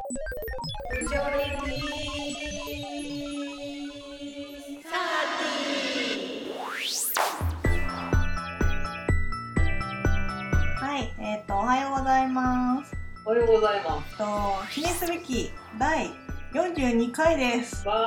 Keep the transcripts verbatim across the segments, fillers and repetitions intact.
フジョリティサーティー。はい、えっ、ー、とおはようございます。 おはようございます。 と記念すべきだいよんじゅうにかいです。 わ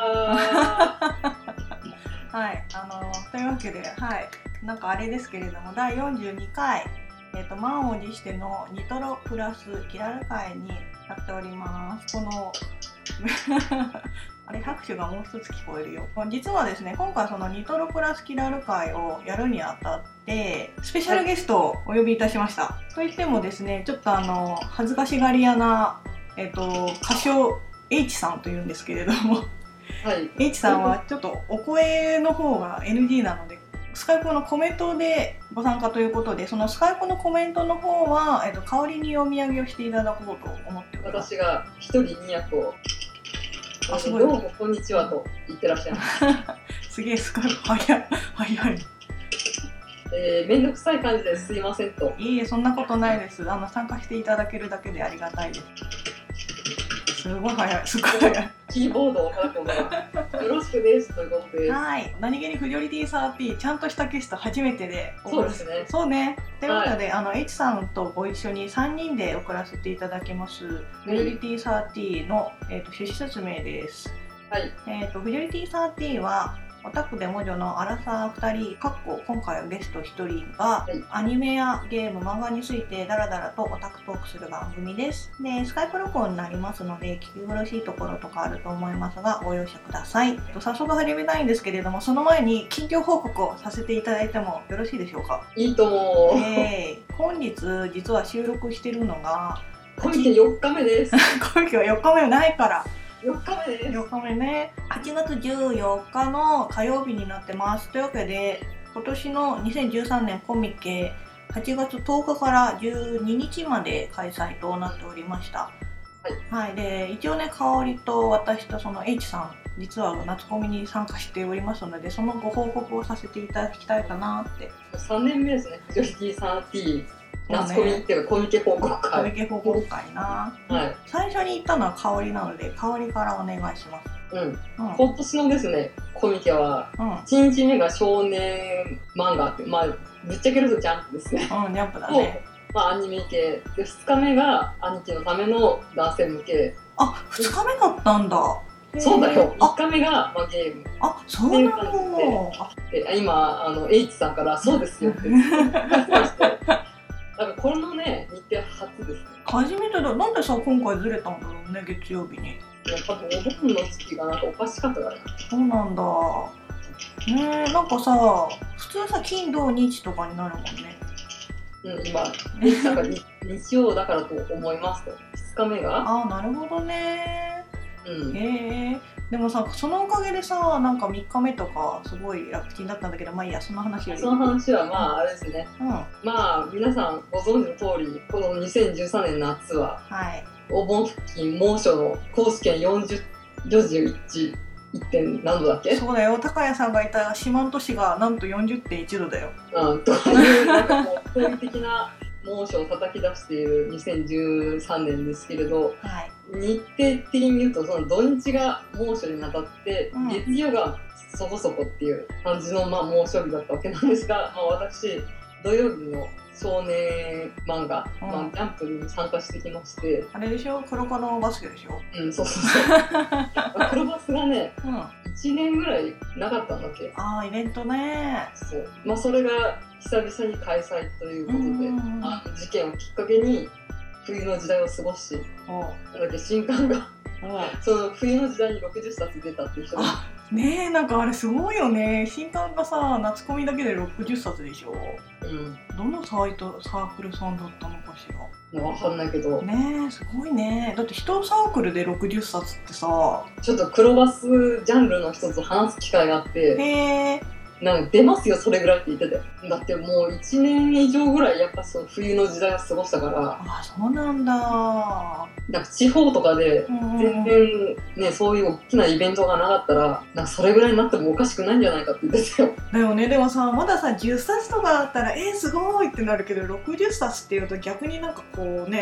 ーはい、あのというわけで、はい、なんかあれですけれども、だいよんじゅうにかい、えーと、満を持してのニトロプラスキラル会になっております。このあれ、拍手がもう一つ聞こえるよ。実はですね、今回そのニトロプラスキラル会をやるにあたってスペシャルゲストをお呼びいたしました。はい、といってもですね、ちょっとあの恥ずかしがり屋な、えーと、歌唱 H さんというんですけれども、はい、H さんはちょっとお声の方が エヌジー なので、スカイプのコメントでご参加ということで、そのスカイプのコメントの方は、えっと、香りに読み上げをしていただこうと思っております。 私が一人二役を、あ、すごい、どうもこんにちはと言ってらっしゃいますすげえスカイプ早い早い。 えー、めんどくさい感じですいませんと。 いいえ、そんなことないです。あの参加していただけるだけでありがたいです。すごい早い、すごい早い。 キーボードを叩くのがよろしくですということで。 はい、何気にフジョリティサーティーちゃんとしたゲスト初めてで。 そうですね。 そうね。ということで、はい、あの H さんとご一緒にさんにんで送らせていただきます。フジョリティサーティーの、えー、と趣旨説明です。はい。えっ、ー、とフジョリティサーティーはオタクで魔女のアラサーふたり、かっこ今回はゲストひとりが、はい、アニメやゲーム、漫画についてダラダラとオタクトークする番組です。で、スカイプ録音になりますので、聞き苦しいところとかあると思いますが、ご容赦ください。早速始めたいんですけれども、その前に近況報告をさせていただいてもよろしいでしょうか。 いいと思う。 えー、本日実は収録してるのが、 コミケよっかめです。 コミケはよっかめはないから。 よっかめです。 よっかめね。はちがつじゅうよっかの火曜日になってます。というわけで、今年のにせんじゅうさんねんコミケはちがつとおかからじゅうににちまで開催となっておりました。はい。はい、で、一応ね、香りと私とその H さん、実は夏コミに参加しておりますので、そのご報告をさせていただきたいかなって。 さんねんめですね、フジョリティサーティー。夏コミっていうかコミケ報告会。 コミケ報告会な。はい。最初に行ったのは香りなので、香りからお願いします。 うん。うん、今年のですね、コミケは、うん、いちにちめが少年漫画って、まあ、ぶっちゃけるとジャンプですね。 うん、ジャンプだね。 まあ、アニメ系。で、ふつかめが兄貴のための男性向け。 あ、ふつかめだったんだ。 そうだよ。いっかめが、まあ、ゲーム。 あ、そうなの。 で、今、あの、H さんから、そうですよって言ってまして。なんかこれのね、日程初ですね。 初めてだ。なんでさ、今回ずれたんだろうね、月曜日に。 いや、多分お盆の時期がなんかおかしかったからな。 そうなんだ。ねえ、なんかさ、普通さ、金土日とかになるもんね。 うん、今、なんか日曜だからと思いますと。ふつかめが。 ああ、なるほどね。 うん。 へえ。でもさ、そのおかげでさ、なんかみっかめとかすごい楽ちんだったんだけど、まあいいや、その話より。 その話はまああれですね。うん、まあ皆さんご存知の通り、このにせんじゅうさんねん夏は、はい、お盆付近猛暑の高知県よんじゅう、よんじゅういち、いってん何度だっけ？ そうだよ、高谷さんがいた四万十市がなんと よんじゅってんいちどだよ。 うん、というなんかもう驚異的な猛暑を叩き出しているにせんじゅうさんねんですけれど、はい、日程的に言うとその土日が猛暑にあたって、うん、月曜がそこそこっていう感じのまあ猛暑日だったわけなんですが、まあ、私土曜日の少年漫画、うん、まあ、ジャンプに参加してきまして、 あれでしょ、黒子のバスケでしょ。 うん、そうそうそう黒バスがね、うん、いちねんぐらいなかったんだっけ。 ああ、イベントね。 そう、まあ、それが久々に開催ということで、あの事件をきっかけに冬の時代を過ごし、なんだっけ、新刊がその冬の時代にろくじゅっさつ出たっていう人がねえ、なんかあれすごいよね。新刊がさ、夏コミだけでろくじゅっさつでしょ。うん。どのサイト、サークルさんだったのかしら。わかんないけど。 ねえ、すごいね。だって一サークルでろくじゅっさつってさ。 ちょっと黒バスジャンルの人と話す機会があって。 へえ。 なんか出ますよそれぐらいって言ってたよ。だってもういちねん以上ぐらいやっぱその冬の時代を過ごしたから。 あ、そうなんだ。 なんか地方とかで全然ね、そういう大きなイベントがなかったら、なんかそれぐらいになってもおかしくないんじゃないかって言ってたよ。 だよね。でもさ、まださじゅっさつとかだったらえー、すごいってなるけど、ろくじゅっさつっていうと逆になんかこうね、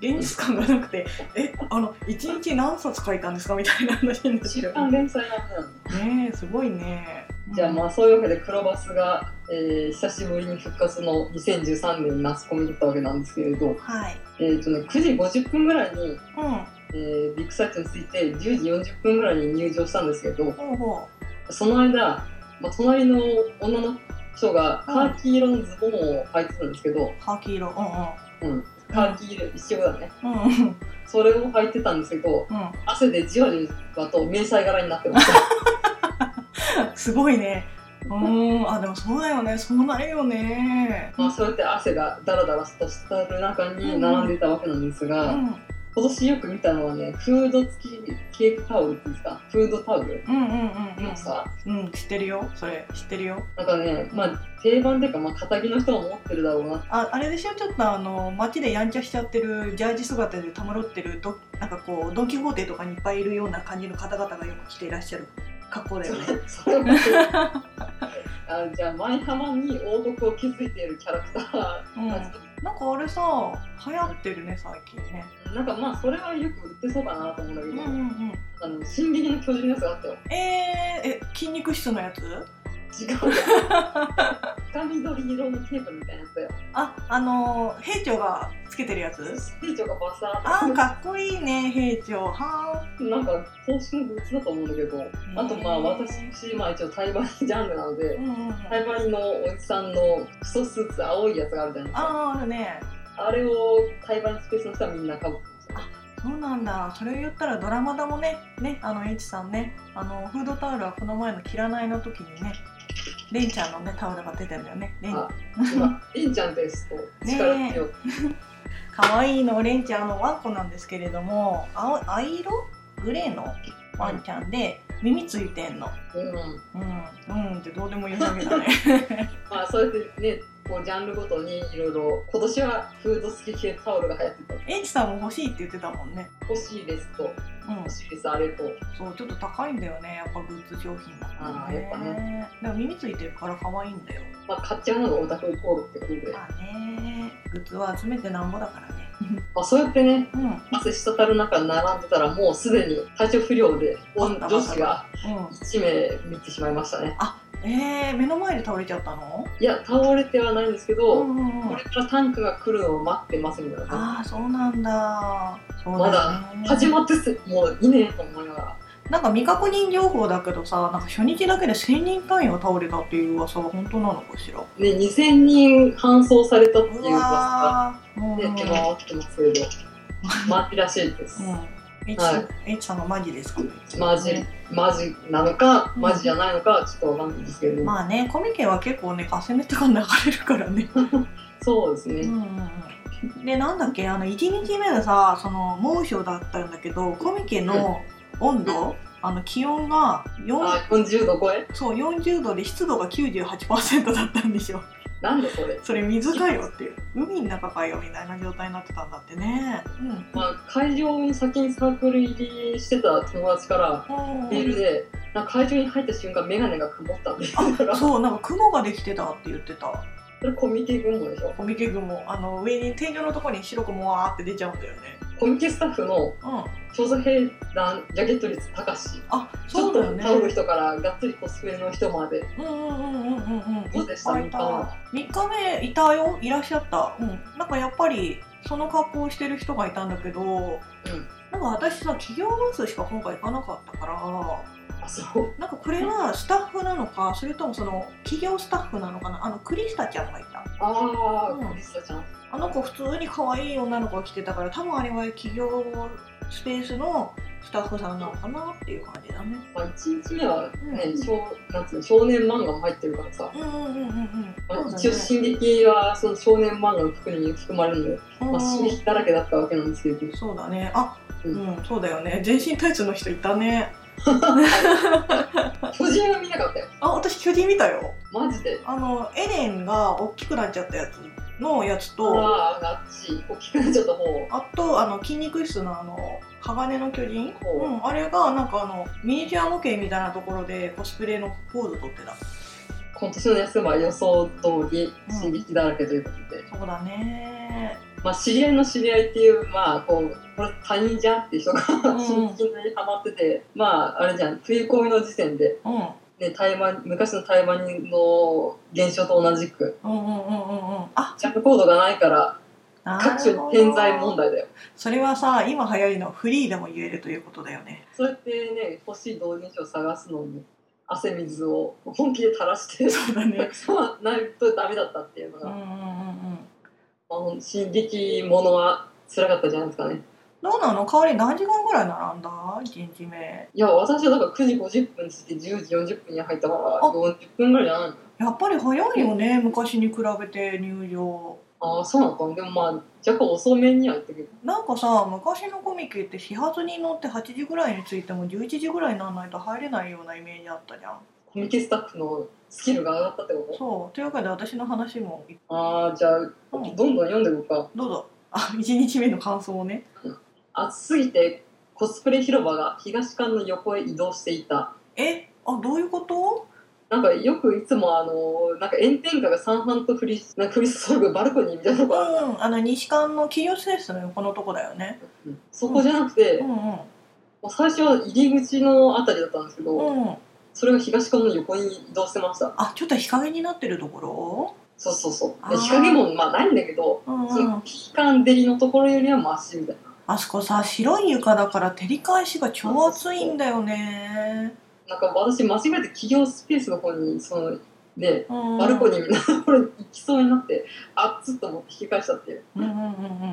現実感がなくてえあのいちにち何冊書いたんですかみたいな話になってる。 週刊連載なんだねえすごいね。 じゃあまあそういうわけで黒バスが、えー、久しぶりに復活のにせんじゅうさんねん夏コミだったわけなんですけれど、 はい、 えーとね、くじごじゅっぷんぐらいに、 うんえー、ビッグサイトについてじゅうじよんじゅっぷんぐらいに入場したんですけど、 ほうほうその間、まあ、隣の女の人がカーキ色のズボンを履いてたんですけど、 カーキ色、 うんうん、カーキ色一緒だね、 うんうん、 それを履いてたんですけど、うん、汗でじわじわと迷彩柄になってましたすごいね。うーん、あでもそうだよね、そうなるよね。 まあそうやって汗がダラダラとしたる中に並んでいたわけなんですが、うんうん、今年よく見たのはね、フード付きケープタオルっていうんですか、フードタオル、 うんうんうんうん、 さ、 うん、知ってるよ、それ知ってるよ。 なんかね、まあ定番っていうか、まあ肩着の人は持ってるだろうな。 あ、あれでしょ、ちょっとあの街でやんちゃしちゃってるジャージ姿でたむろってるど、なんかこうドンキホーテとかにいっぱいいるような感じの方々がよく着ていらっしゃる格好だよね。 それあじゃあ舞浜に王国を築いているキャラクター、うん、 なんかあれさ流行ってるね最近ね。 なんかまあそれはよく売ってそうかなと思うんだけど、うんうんうん、あの進撃の巨人のやつがあったよ。 えー、え筋肉質のやつ？ 違うよ。深緑色のテープみたいなやつだよ。 あ、あのー、兵長がつけてるやつ？ 兵長がバサー。あ、かっこいいね兵長。はー。なんか公式のグッズだと思うんだけど、あとまあ私まあ一応タイバニジャンルなので、うんうんうん、タイバニのおじさんのクソスーツ青いやつがあるじゃないですか。 あー、あるね。 あれをタイバニスペースの人はみんな買う。 そうなんだ。それを言ったらドラマだもね、ね、あの H さんね、あのフードタオルはこの前の切らないの時にね、レンちゃんのねタオルが出てるんだよね。レン, あレンちゃんですと力強い。 可愛いのレンちゃん、あのワンコなんですけれども、青藍色グレーのワンちゃんで、うん、耳ついてんの。うんうんうんってどうでもいいわけだね。 まあそうやってね。こうジャンルごとにいろいろ今年はフード付き系タオルが流行ってた。 エイチさんも欲しいって言ってたもんね。 欲しいですと、うん、欲しいですあれと。 そうちょっと高いんだよねやっぱグッズ商品だからね。 あやっぱね。 でも耳ついてるから可愛いんだよ。 まあ買っちゃうのがオタクイコールってことで。 まあねグッズは集めてなんぼだからね。 まあそうやってね、うん、汗滴る中並んでたらもうすでに体調不良で女子がいち名見てしまいましたね。 あえー、目の前で倒れちゃったの？ いや倒れてはないんですけど、うんうんうん、これからタンクが来るのを待ってますみたいな。 ああそうなんだ。そうだね、 まだ始まってもういねえと思いながら。 なんか未確認情報だけどさ、なんか初日だけでせんにん単位が倒れたっていう噂は本当なのかしら？ ね、にせんにん搬送されたっていう噂が出て回ってますけれど、マジらしいです。うん、 H さん、はい、H さんのマジですかね？ マジ、マジなのか、マジじゃないのか、ちょっとわかんないですけど、うん、 まあね、コミケは結構ね、ガセネタが流れるからね。 そうですね。うんうんうん、で、なんだっけ、あのいちにちめでさ、その猛暑だったんだけど、コミケの温度、うん、あの気温がよん、 あ、よんじゅうど超え？ そう、よんじゅうどで湿度が きゅうじゅうはちパーセント だったんでしょ。 なんでそれ？ それ水かよっていう、海の中かよみたいな状態になってたんだってね。うん、 まあ、会場に先にサークル入りしてた友達からメールで、なんか会場に入った瞬間メガネが曇ったんで。 あ、そう、なんか雲ができてたって言ってた。 それコミケ雲でしょ？ コミケ雲、あの上に天井のところに白くもわーって出ちゃうんだよね。 コミケスタッフの調査兵団ジャケット率高し、あ、そうだよね、ちょっとタオル人からがっつりコスプレの人まで。うんうんうんうんうんうん。 どうでした？みっかめ。みっかめいたよ、いらっしゃった。うん、なんかやっぱりその格好をしてる人がいたんだけど、うん、なんか私さ企業ブースしか今回行かなかったから。 あ、そう。 なんかこれはスタッフなのか、それともその企業スタッフなのかな。あのクリスタちゃんがいた。 ああ、うん、クリスタちゃん。 あの子普通に可愛い女の子が来てたから、多分あれは企業スペースのスタッフさんなのかなっていう感じだね。 まあ、いちにちめはね、うん、少, なんつうの少年漫画も入ってるからさ、 うんうんうんうん、 まあ、一応進撃はその少年漫画の服に含まれるので、うん、まあ、進撃だらけだったわけなんですけど。 そうだね。あ、うん、うん、そうだよね。全身タイツの人いたね。 巨人は見なかったよ。 あ、私巨人見たよ。 マジで？ あのエレンが大きくなっちゃったやつのやつと、 ああ、あっち大きくなっちゃった方。 あとあの筋肉質のあの鋼の巨人、うん、あれがなんかあのミニチュア模型みたいなところでコスプレのポーズ撮ってた。 今年の夏は予想通り進撃だらけということで、 うん、そうだね。 まあ、知り合いの知り合いっていう、まあ、こう、これ他人じゃんっていう人が新規にハマってて、まあ、あれじゃん、冬コミの時点で、 うんね、台湾昔の台湾の現象と同じく、 うんうんうんうんうん。あ、 ジャンプコードがないから、各種に偏在問題だよ。 それはさ、今流行りのフリーでも言えるということだよね。 そうやってね、欲しい同人誌を探すのに、汗水を本気で垂らして、 そうだね、 たくさんないとダメだったっていうのが、 うんうんうんうん、 まあ、進撃ものは辛かったじゃないですかね。 どうなの？代わり何時間ぐらい並んだ？いちにちめ。 いや、私はだからくじごじゅっぷんにしてじゅうじよんじゅっぷんに入ったからよんじゅっぷんぐらいじゃないの？ やっぱり早いよね、昔に比べて入場。 ああ、そうなのか。でもまあ若干遅めには行ったけど、 なんかさ、昔のコミケって始発に乗ってはちじぐらいに着いてもじゅういちじぐらいにならないと入れないようなイメージあったじゃん。 コミケスタッフのスキルが上がったってこと？ そうというわけで私の話も、 ああ、じゃあ、うん、どんどん読んでいこうか。 どうぞ。あ、いちにちめの感想をね。 暑すぎてコスプレ広場が東館の横へ移動していた。 え、あ、どういうこと？ なんかよくいつもあのなんか炎天下が三々と降りなんか降り注ぐバルコニーみたいなとこある、 うん、あの西館の企業施設の横のとこだよね、 うん、そこじゃなくて、うんうん、もう最初は入り口のあたりだったんですけど、うん、それが東館の横に移動してました。 あ、ちょっと日陰になってるところ？ そうそうそう。で日陰もまあないんだけど、うんうん、その期間デリのところよりはマシみたいな。 あそこさ、白い床だから照り返しが超暑いんだよね。 なんか私間違えて企業スペースの方にそので、うん、バルコニーみたいなところに行きそうになってあっつっと思って引き返したっていう。 うんうんうんうん、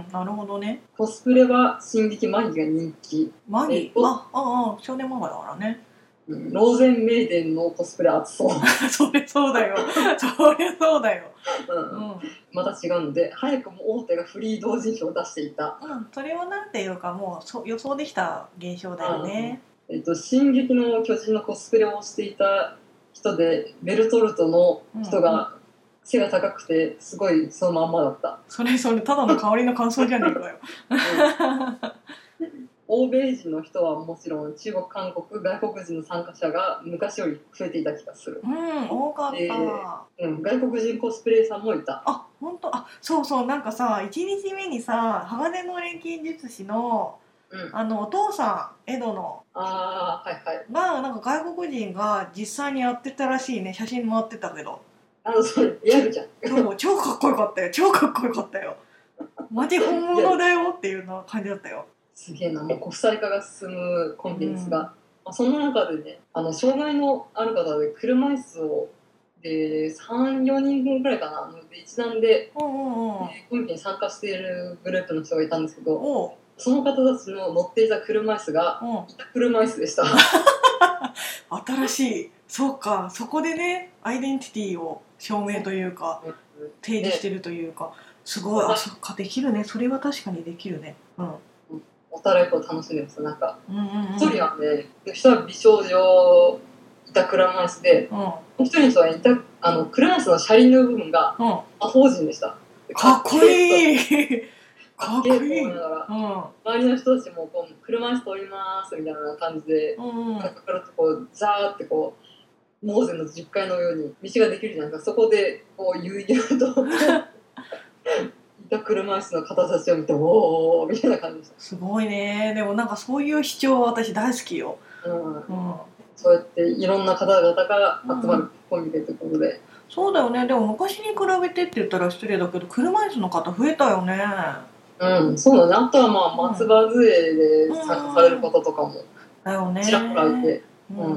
なるほどね。 コスプレは進撃マギが人気。 マギ、えっと、あああ少年漫画だからね。 うん、ローゼンメイデンのコスプレ熱そう。 それそうだよ。それそうだよ。 うんうん、また違うので早くも大手がフリー同人誌を出していた。 うん、それはなんていうかもうそ予想できた現象だよね。 うん、えっと進撃の巨人のコスプレをしていた人でベルトルトの人が背が高くてすごいそのまんまだった。 それそれただの香りの感想じゃねえかよ。 うん、欧米人の人はもちろん中国韓国外国人の参加者が昔より増えていた気がする。 うん、多かった、えーうん、外国人コスプレイさんもいた。 あ、本当。あ、そうそう、なんかさいちにちめにさ鋼の錬金術師のうん、あのお父さん江戸のあ、はいはい、 がなんか外国人が実際にやってたらしいね。写真回ってたけど、 あのそれリアルじゃん。 そう超かっこよかったよ、超かっこよかったよ。マジ本物だよっていうの感じだったよ。 すげえな、もう国際化が進むコンテンツが、うん、まあ、その中でね、あの障害のある方で車椅子をでさん、よにんぐらいかなで一団で、うんうんうん、コミケに参加しているグループの人がいたんですけど、その方たちの乗っていた車椅子が板車椅子でした。 新しい。そうか、そこでねアイデンティティを証明というか、うん、提示してるというか、すごい。あ、そっか、できるね。それは確かにできるね。うん。 お互いこう楽しんでます。なんか一、うんうん、人はね、一人は美少女板車椅子で、うん、もう一人の人は板あの車椅子の車輪の部分が魔法陣でした。 うん、かっこいい。かっこいい。 ながら、うん、周りの人たちもこう車椅子通りますみたいな感じで、うん、なんかからとこうザーってこうモーゼのじゅっかいのように道ができるじゃないですか。そこでこう悠々といた車椅子の方たちを見ておーみたいな感じでした。 すごいね。でもなんかそういう主張は私大好きよ。うんうん、そうやっていろんな方々が集まるコンビでということで、うん、 そうだよね。でも昔に比べてって言ったら失礼だけど車椅子の方増えたよね。 うん、そうだね。あとはまあ松葉杖で参加される方とかもちらほらいて、うんうんうん、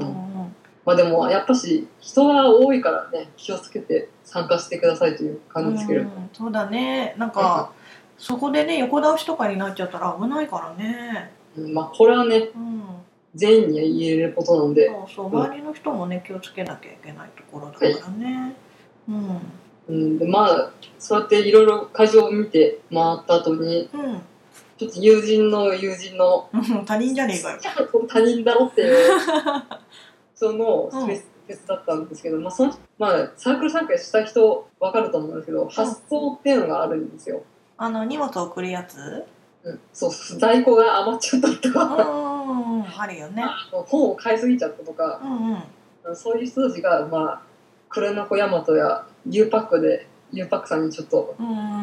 まあでもやっぱし人が多いからね、気をつけて参加してくださいという感じですけど、うん、 そうだね。なんか、うん、そこでね横倒しとかになっちゃったら危ないからね、 うん、まあこれはね、うん、全員に言えることなんで、 そうそう、周りの人もね気をつけなきゃいけないところだからね、はい、うんうん、でまあそうやっていろいろ会場を見て回った後に、うん、ちょっと友人の友人の他人じゃねえかよ他人だろっていうそのフェスだったんですけど、まあそのまあ、サークル参加した人分かると思うんですけど、発送っていうのがあるんですよ。 あの荷物送るやつ、 うん、そう在庫が余っちゃったりとか、 うんうん、あるよね。 本を買いすぎちゃったとか、うんうん、そういう人たちがまあ黒猫ヤマトや U パックで U パックさんにちょっと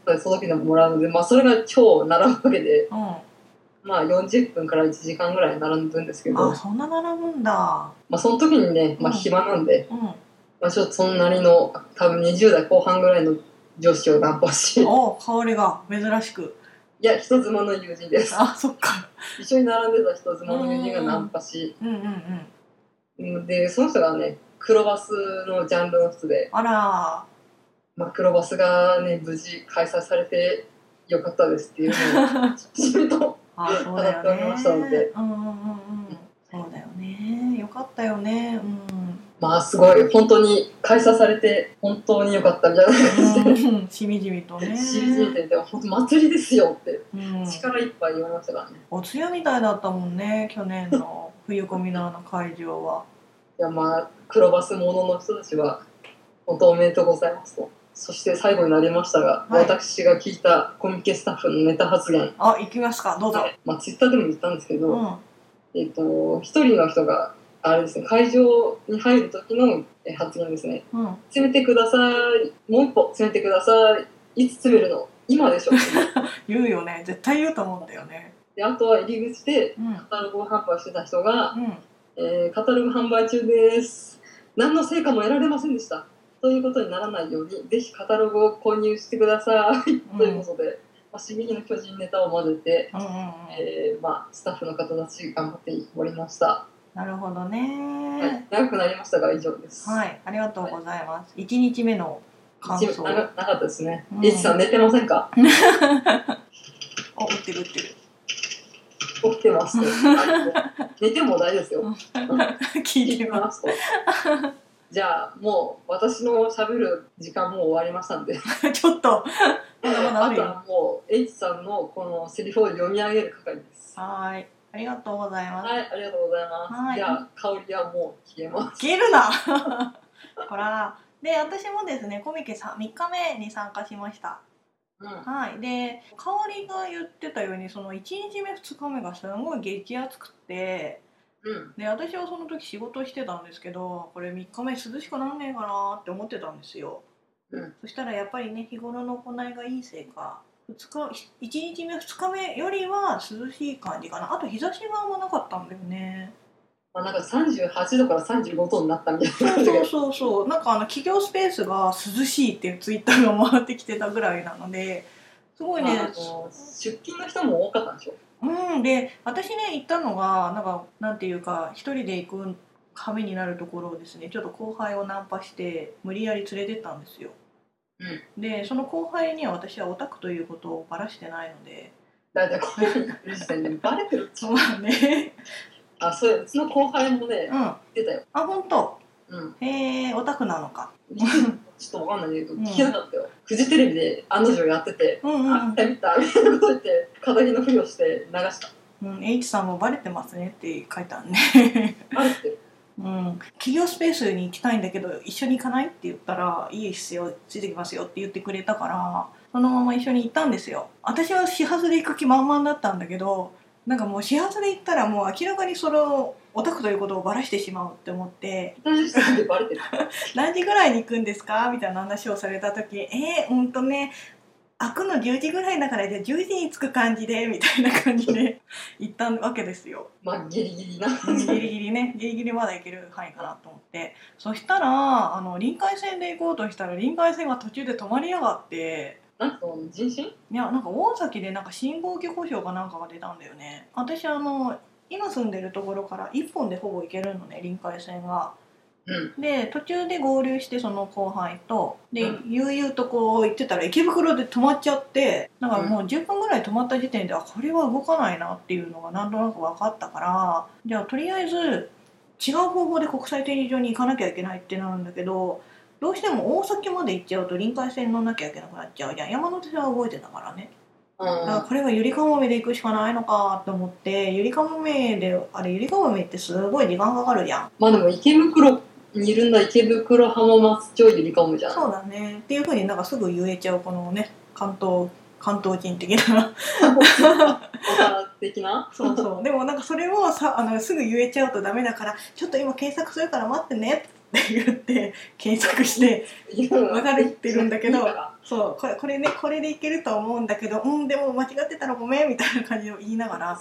届けてもらうので、まあ、それが超並ぶわけで、 うん、 まあよんじゅっぷんからいちじかんぐらい並ぶんですけど、 あ、そんな並ぶんだ。 まあ、その時にね、まあ、暇なんで、 うんうん、 まあ、ちょっとそんなりの多分にじゅう代後半ぐらいの女子をナンパし、 お、香りが珍しく。 いや、人妻の友人です。 あ、そっか。 一緒に並んでた人妻の友人がナンパし、 うんうんうん、 でその人がね、黒バスのジャンルの人で、 あら、 まあ、黒バスがね、無事開催されてよかったですっていうのをしみと語っておりましたので、 うんうんうんうん、そうだよね、よかったよね、うん、 まあすごい本当に開催されて本当によかったみたいな感じで、 うん、しみじみとね、 しみじみてて、本当祭りですよって、 うん、 力いっぱい言われましたからね。 お通夜みたいだったもんね、去年の冬コミナーの会場は。 いや、まあ黒バスものの人たちは本当おめでとうございますと。そして最後になりましたが、はい、私が聞いたコミケスタッフのネタ発言。 あ、行きますか、どうぞ。 まあツイッターでも言ったんですけど、 うん、 えっと一人の人があれですね、会場に入る時の発言ですね。うん、詰めてください。もう一歩詰めてください。いつ詰めるの？今でしょ。 言うよね、絶対言うと思うんだよね。 で、あとは入り口でカタログを販売してた人が、うん、えー、カタログ販売中です。何の成果も得られませんでした。ということにならないように、ぜひカタログを購入してください。うん、ということで、まあ、進撃の巨人ネタを混ぜて、うんうんうん、えーまあ、スタッフの方たち頑張っておりました。 なるほどね、 はい、長くなりましたが以上です。 はい、ありがとうございます。はい、いちにちめの感想。 な, なかったですね。エイチさん寝てませんか？ お、打ってる打ってる。 起きてますと。寝ても大丈夫ですよ。 聞いてますと。 じゃあもう私の喋る時間もう終わりましたんでちょっとまだまだあるよ。あとはもう H さんのこのセリフを読み上げる係です。 はい、ありがとうございます。 はい、ありがとうございます。はい、じゃあ香りはもう消えます。 消えるなほら。で、私もですね、コミケさみっかめに参加しました。うん、はい、で香りが言ってたように、そのいちにちめふつかめがすごい激アツくて、うん、で私はその時仕事してたんですけど、これみっかめ涼しくなんねえかなって思ってたんですよ。うん、そしたらやっぱりね、日頃の行いがいいせいか、ふつかいちにちめふつかめよりは涼しい感じかな。あと日差しがあんまなかったんだよね。 まあ、なんかさんじゅうはちどからさんじゅうごどになったみたいな。 そうそうそうそう、なんかあの企業スペースが涼しいっていうツイッターが回ってきてたぐらいなので、すごいね、 出勤の人も多かったんでしょ。 うん、で私ね行ったのがなんかなんていうか、一人で行く羽目になるところをですね、ちょっと後輩をナンパして無理やり連れてったんですよ。うん、でその後輩には私はオタクということをバラしてないので。 だってこれ時点でバレてるっちゃう。 まあね。 あ、そう、うちの後輩もね、うん、出たよ。 あ、本当。うん、へえ、オタクなのか。 ちょっとわかんないけど、聞けなかったよ。フジテレビで案の定やってて、うんうんうん、あ、見た見たみたいなこと言って、肩着のふりをして流した。 うん、H さんもバレてますねって書いたんね。バレてる。 うん、企業スペースに行きたいんだけど一緒に行かないって言ったら、いいですよ、ついてきますよって言ってくれたから、そのまま一緒に行ったんですよ。私は始発で行く気満々だったんだけど、なんかもう始発で行ったらもう明らかにそれをオタクということをバラしてしまうって思って何時ぐらいに行くんですかみたいな話をされた時、えー、ほんとね、開くのじゅうじぐらいだから、じゃあじゅうじに着く感じでみたいな感じで行ったわけですよ。 まあギリギリなギリギリね、ギリギリまだ行ける範囲かなと思って、そしたらあの臨海線で行こうとしたら臨海線が途中で止まりやがって。 なんか人身？いや、なんか大崎でなんか信号機故障かなんかが出たんだよね。私あの今住んでるところからいっぽんでほぼ行けるのね、臨海線が。うん、で途中で合流して、その後輩とで、うん、悠々とこう行ってたら池袋で止まっちゃって、なんかもうじゅっぷんぐらい止まった時点で、あ、これは動かないなっていうのがなんとなく分かったから、じゃあとりあえず違う方法で国際展示場に行かなきゃいけないってなるんだけど、どうしても大崎まで行っちゃうと臨海線乗んなきゃいけなくなっちゃうじゃん。山手線は動いてたからね。だからこれはゆりかもめで行くしかないのかと思って、ゆりかもめで、あれゆりかもめってすごい時間かかるじゃん。 まあでも池袋にいるんだ、池袋浜松町ゆりかもじゃん。 そうだねっていう風になんかすぐ言えちゃう、このね、関東関東人的な的なそうそう。でもなんかそれをさ、あのすぐ言えちゃうとダメだから、ちょっと今検索するから待ってねって言って検索して分かれてるんだけど、そうこれこれねこれでいけると思うんだけど、うんでも間違ってたらごめんみたいな感じを言いながら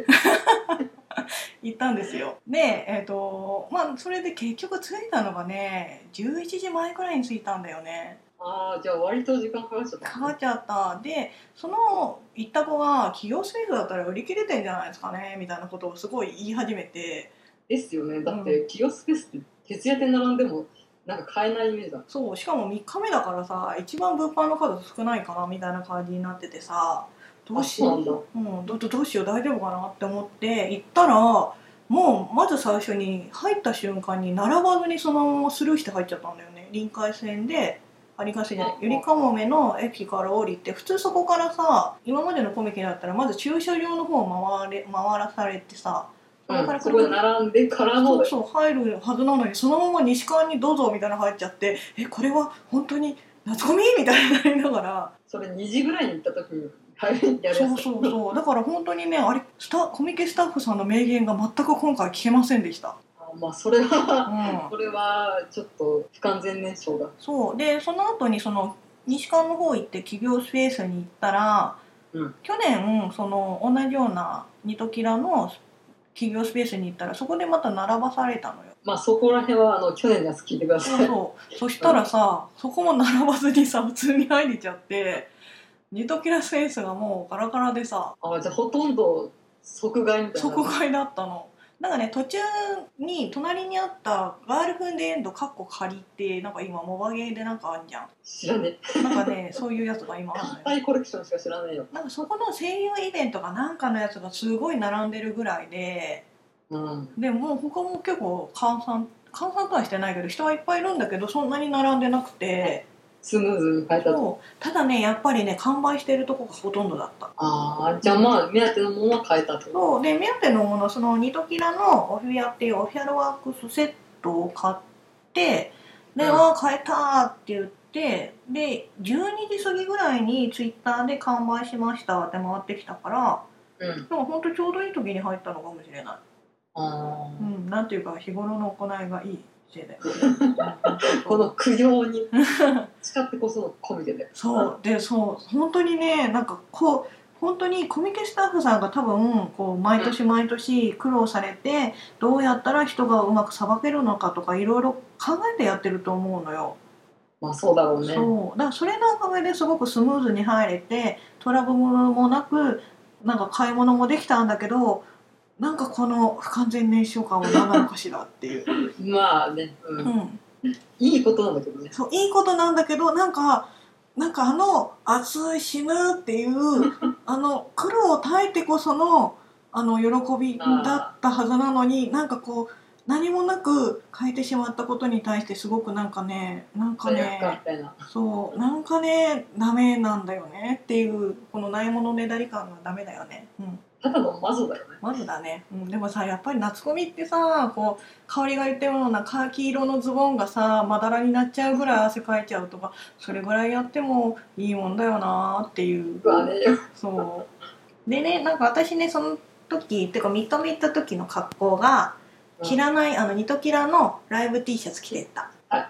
行ったんですよ。でえっとまあそれで結局着いたのがねじゅういちじまえくらいに着いたんだよね。 ああ、じゃあ割と時間かかっちゃった、ね、 かかっちゃった。でその行った子が企業スペースだったら売り切れてんじゃないですかねみたいなことをすごい言い始めて。 ですよね。だって、うん、企業スペースって徹夜で並んでもなんか買えないイメージだ。 そうしかもみっかめだからさ一番物販の数少ないかなみたいな感じになっててさ、どうしよう、うん、ど, どうしよう大丈夫かなって思って行ったらもうまず最初に入った瞬間に並ばずにそのままスルーして入っちゃったんだよね。臨海線で有賀線じゃないゆりかもめの駅から降りて、普通そこからさ今までのコミケだったらまず駐車場の方を回れ回らされてさ、 そこからそこに並んでからのそうそう入るはずなのにそのまま西側にどうぞみたいなの入っちゃって、えこれは本当に夏コミみたいになりながら、 それにじぐらいに行った時に入るやるやつ。 そうそうそうだから本当にねあれスタコミケスタッフさんの名言が全く今回聞けませんでした。 まあそれは、うん、それはちょっと不完全燃焼だ。 そうでその後にその西館の方行って企業スペースに行ったら、うん、去年その同じようなニトキラの企業スペースに行ったらそこでまた並ばされたのよ。 まあそこら辺はあの去年のやつ聞いてください。 そうそうそしたらさ、うん、そこも並ばずにさ普通に入れちゃってニトキラスペースがもうガラガラでさ、 あじゃあほとんど即買いみたいな。 即買いだったの。なんかね途中に隣にあったガールフンデエンドカッコ借りってなんか今モバゲーでなんかあるじゃん。 知らねえ。なんかねそういうやつが今あるのよ。 ハイコレクションしか知らないよ。 なんかそこの声優イベントかなんかのやつがすごい並んでるぐらいで、うん、でもう他も結構閑散閑散とはしてないけど人はいっぱいいるんだけどそんなに並んでなくて。 スムーズに買えたと。 ただねやっぱりね完売してるとこがほとんどだった。 ああじゃあまあ目当てのものは買えたと。 そうで目当てのものそのニトキラのオフィアっていうオフィアルワークスセットを買ってで、うん、あ買えたって言ってでじゅうにじ過ぎぐらいにツイッターで完売しましたって回ってきたから、うん、でもほんとちょうどいい時に入ったのかもしれない。あ、うん、なんていうか日頃の行いがいい。 この苦行に使ってこそのコミケでそうでそう本当にねなんかこう本当にコミケスタッフさんが多分こう毎年毎年苦労されてどうやったら人がうまくさばけるのかとかいろいろ考えてやってると思うのよ。 まあそうだろうね。 そうだからそれのおかげですごくスムーズに入れてトラブルもなくなんか買い物もできたんだけどなんかこの不完全燃焼感は何なのかしらっていうまあね、うん、うん、いいことなんだけどね。 そういいことなんだけどなんかなんかあの熱い死ぬっていうあの苦労を耐えてこそのあの喜びだったはずなのになんかこう何もなく変えてしまったことに対してすごくなんかねなんかねそうなんかねダメなんだよねっていうこのないものねだり感がダメだよね。うんただのマズだよね。 マズだね、うん、でもさやっぱり夏コミってさこう香りが言ったようなカーキ色のズボンがさまだらになっちゃうぐらい汗かいちゃうとかそれぐらいやってもいいもんだよなっていう。 うわねよ。 そうでねなんか私ねその時っていうかミッドミッド時の格好が着らない、うん、あのニトキラのライブ T シャツ着てった。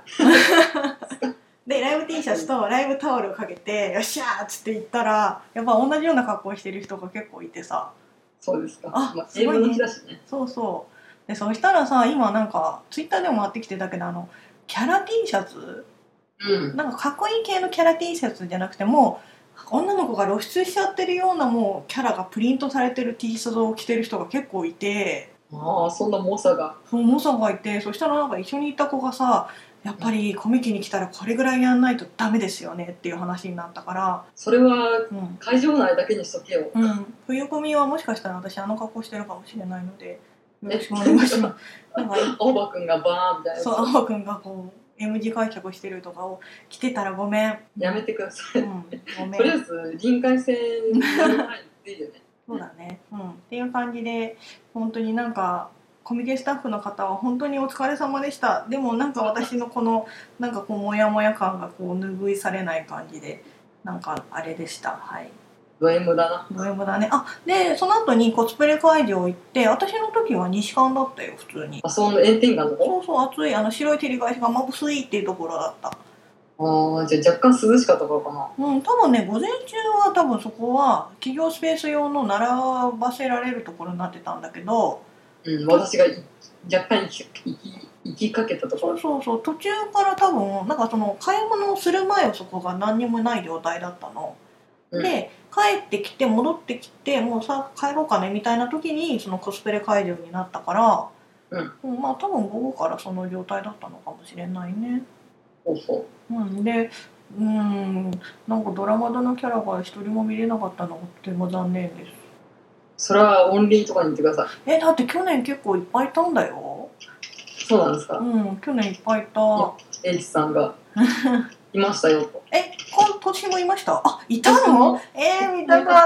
でライブ T シャツとライブタオルをかけてよっしゃーっつって言ったらやっぱ同じような格好をしてる人が結構いてさ。 そうですか。 あ、 まあ、英語の日だしね。 そうそう。で、そしたらさ、今なんかツイッターでも回ってきてたけど、あのキャラ T シャツ、うん、なんかかっこいい系のキャラ T シャツじゃなくてもう女の子が露出しちゃってるようなもうキャラがプリントされてる T シャツを着てる人が結構いて、 ああ、そんな猛者が。 そう猛者がいて、そしたらなんか一緒にいた子がさ。やっぱりコミケに来たらこれぐらいやんないとダメですよねっていう話になったから、 それは会場内だけにしとけよ、 うん、冬コミはもしかしたら私あの格好してるかもしれないのでよろしくお願いしますなんか青葉くんがバーンみたいな、 そう青葉くんがこう M 字開脚してるとかを着てたらごめんやめてください、うん、 ごめんとりあえず臨海線に乗る前にいいよねそうだね、うん、っていう感じで本当になんかコミケスタッフの方は本当にお疲れ様でした。でもなんか私のこのなんかこうモヤモヤ感がこう拭いされない感じでなんかあれでした。はい。 ド M だな。 ド M だね。あ、でその後にコスプレ会場行って、私の時は西館だったよ、普通に。 あ、その炎天下のとこ？ そうそう、暑い、あの白い照り返しがまぶすいっていうところだった。 ああ、じゃあ若干涼しかったからかな。 うん、多分ね、午前中は多分そこは企業スペース用の並ばせられるところになってたんだけど、 うん、私が若干行き行き行きかけたところ。 そうそうそう、途中から多分なんかその買い物をする前はそこが何にもない状態だったの。うん、で帰ってきて戻ってきてもうさ帰ろうかねみたいな時にそのコスプレ会場になったから、うん、まあ多分午後からその状態だったのかもしれないね。 そうそう。 うん、で、うん、なんかドラマドのキャラが一人も見れなかったのがとても残念です。 それはオンリーとかに行ってください。 え、だって去年結構いっぱいいたんだよ。 そうなんですか？ うん、去年いっぱいいた。 エイチさんがいましたよと。 え、今年もいました？あ、いたの？えー、見たかった。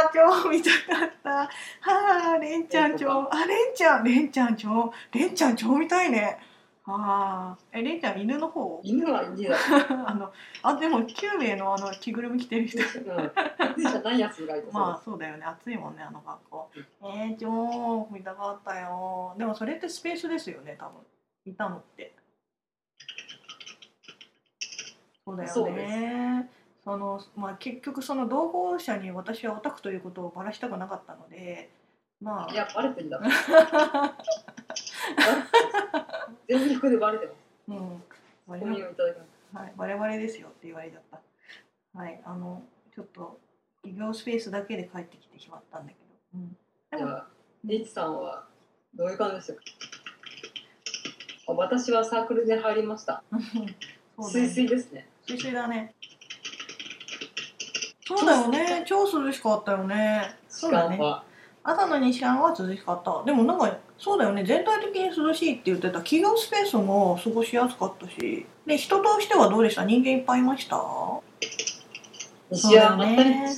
超見たかった。はあ、レンちゃん超、あ、レンちゃん、レンちゃん超、レンちゃん超見たいね。ああ、え、レンちゃん犬の方？ 犬は犬だ。 あの、あ、でもキュウベイのあの着ぐるみ着てる人。うん、 犬じゃないやつがいた。 まあそうだよね、暑いもんねあの学校。えー、超見たかったよ。でもそれってスペースですよね、多分。いたのって。そうだよね。そのまあ結局その同行者に私はオタクということをばらしたくなかったので、まあ。 いやバレてんだ。全力でバレてます。うん。コミをいただきます。 はい、バレバレですよって言われちゃった。はい、あのちょっと企業スペースだけで帰ってきてしまったんだけど。うん。 じゃあリッチさんはどういう感じでしたか？私はサークルで入りました。すいすいですね。 すいすいだね。そうだよね。超涼しかったよね。そうだね。朝の西館は涼しかった。でもなんかそうだよね。全体的に涼しいって言ってた。企業スペースも過ごしやすかったし。で人としてはどうでした？人間いっぱいいました？ 西はまったりでした。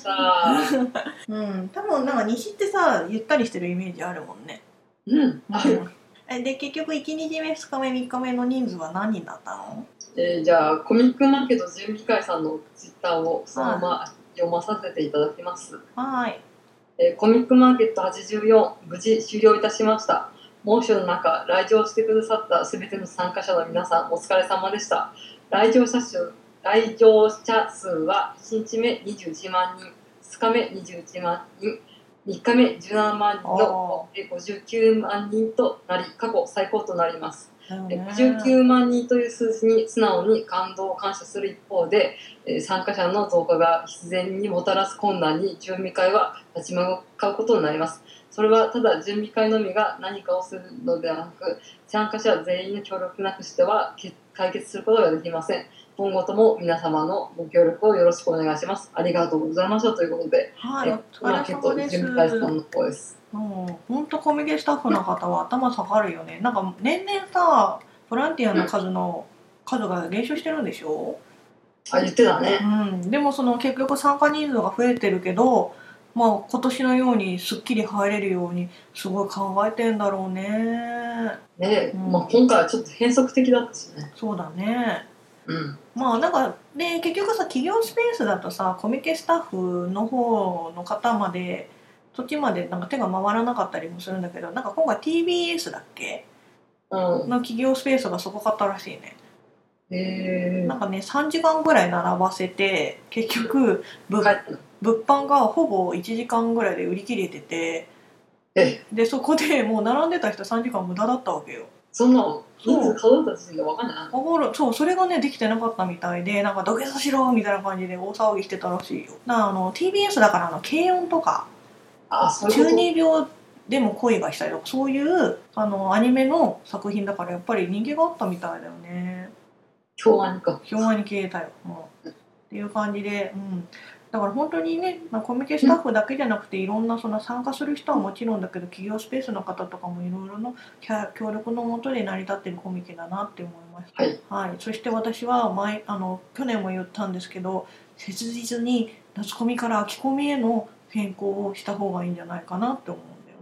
うん。多分なんか西ってさゆったりしてるイメージあるもんね。 うん。ある。 で結局いちにちめふつかめみっかめの人数は何人だったの？ えー、じゃあコミックマーケット準備会さんのツイッターをそのまま読まさせていただきます。 はい。 えー、コミックマーケットはちじゅうよん無事終了いたしました。猛暑の中来場してくださったすべての参加者の皆さんお疲れ様でした。来場者数来場者数はいちにちめにじゅういちまんにん、ふつかめにじゅういちまんにん、みっかめじゅうななまんにんのごじゅうきゅうまんにんとなり過去最高となります。ごじゅうきゅうまんにんという数字に素直に感動を感謝する一方で、参加者の増加が必然にもたらす困難に準備会は立ち向かうことになります。それはただ準備会のみが何かをするのではなく、参加者全員の協力なくしては解決することができません。今後とも皆様のご協力をよろしくお願いします。ありがとうございましたということで、 はい、お疲れ様です。 準備会さんの方です。 もう本当コミケスタッフの方は頭下がるよね。なんか年々さ、ボランティアの数の、うん、数が減少してるんでしょ？ あ、言ってたね。 うん。でもその結局参加人数が増えてるけど、まあ今年のようにすっきり入れるようにすごい考えてんだろうね。 ね、うん、まあ今回はちょっと変則的だったしね。 そうだね。 うん、 まあなんかで結局さ企業スペースだとさコミケスタッフの方の方までそっちまでなんか手が回らなかったりもするんだけど、なんか今回 ティービーエス だっけ、うん、の企業スペースがすごかったらしいね。 へー。 なんかねさんじかんぐらい並ばせて結局物販がほぼいちじかんぐらいで売り切れてて、でそこでもう並んでた人さんじかん無駄だったわけよ。 そんな人数数えた時点で分かんない。 分かる。そう、それがねできてなかったみたいで、なんか土下座しろみたいな感じで大騒ぎしてたらしいよ。だからあの ティービーエス だからあの軽音とか中二病でも恋がしたりとかそういうあのアニメの作品だからやっぱり人気があったみたいだよね。 京アニか。 京アニ系だよ、もうっていう感じで、うん。だから本当にね、まあ、コミケスタッフだけじゃなくていろんなその参加する人はもちろんだけど企業スペースの方とかもいろいろの協力のもとで成り立ってるコミケだなって思いました。 はい、 はい、そして私は前あの去年も言ったんですけど、切実に夏コミから秋コミへの変更をした方がいいんじゃないかなって思うんだよ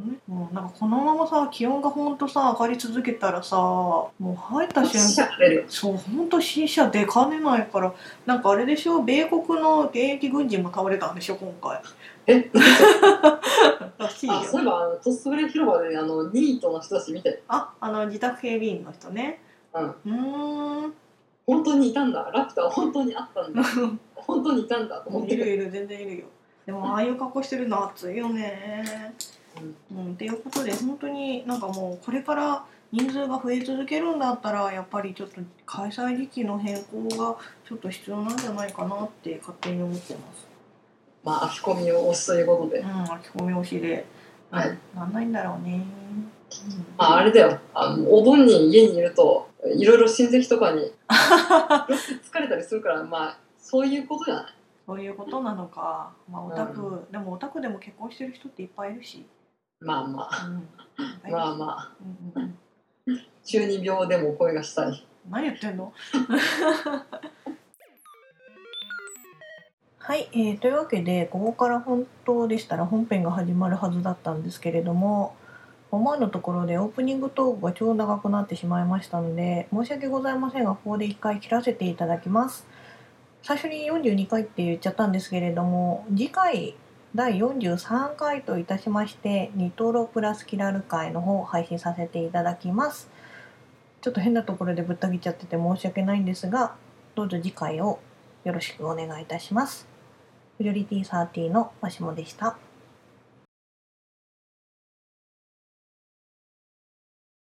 うん、なんかこのままさ気温がほんとさ上がり続けたらさもう入った瞬間そうほんと死者出かねないからなんかあれでしょ米国の現役軍人も倒れたんでしょ今回。 えらしいよ。あそういえばあのトスブレ広場であのニートの人たち見て。 ああの自宅警備員の人ね。 うん。 うーん本当にいたんだ。ラピュタは本当にあったんだ。本当にいたんだと思って。 いるいる全然いるよ。でもああいう格好してるの暑いよね。うん、うん、っていうことで本当になんかもうこれから人数が増え続けるんだったらやっぱりちょっと開催時期の変更がちょっと必要なんじゃないかなって勝手に思ってます。 まあ、秋込みを押すということで。 うん、秋込み押しで。はい。なんないんだろうね。うん、 あ、あれだよ。あの、お盆に家にいると、いろいろ親戚とかに疲れたりするから、まあ、そういうことじゃない。 そういうことなのか。まあ、オタク、うん、でもオタクでも結婚してる人っていっぱいいるし。 まあまあ。 うん、 まあまあ。うんうんうん、中二病でも声がしたい。 何言ってんのはい、えー、というわけでここから本当でしたら本編が始まるはずだったんですけれども思わぬところでオープニングトークが超長くなってしまいましたので申し訳ございませんがここでいっかい切らせていただきます。最初によんじゅうにかいって言っちゃったんですけれども次回だいよんじゅうさんかいといたしましてニトロプラスキラル会の方を配信させていただきます。ちょっと変なところでぶった切っちゃってて申し訳ないんですがどうぞ次回をよろしくお願いいたします。フジョリティサーティーのマシモでした。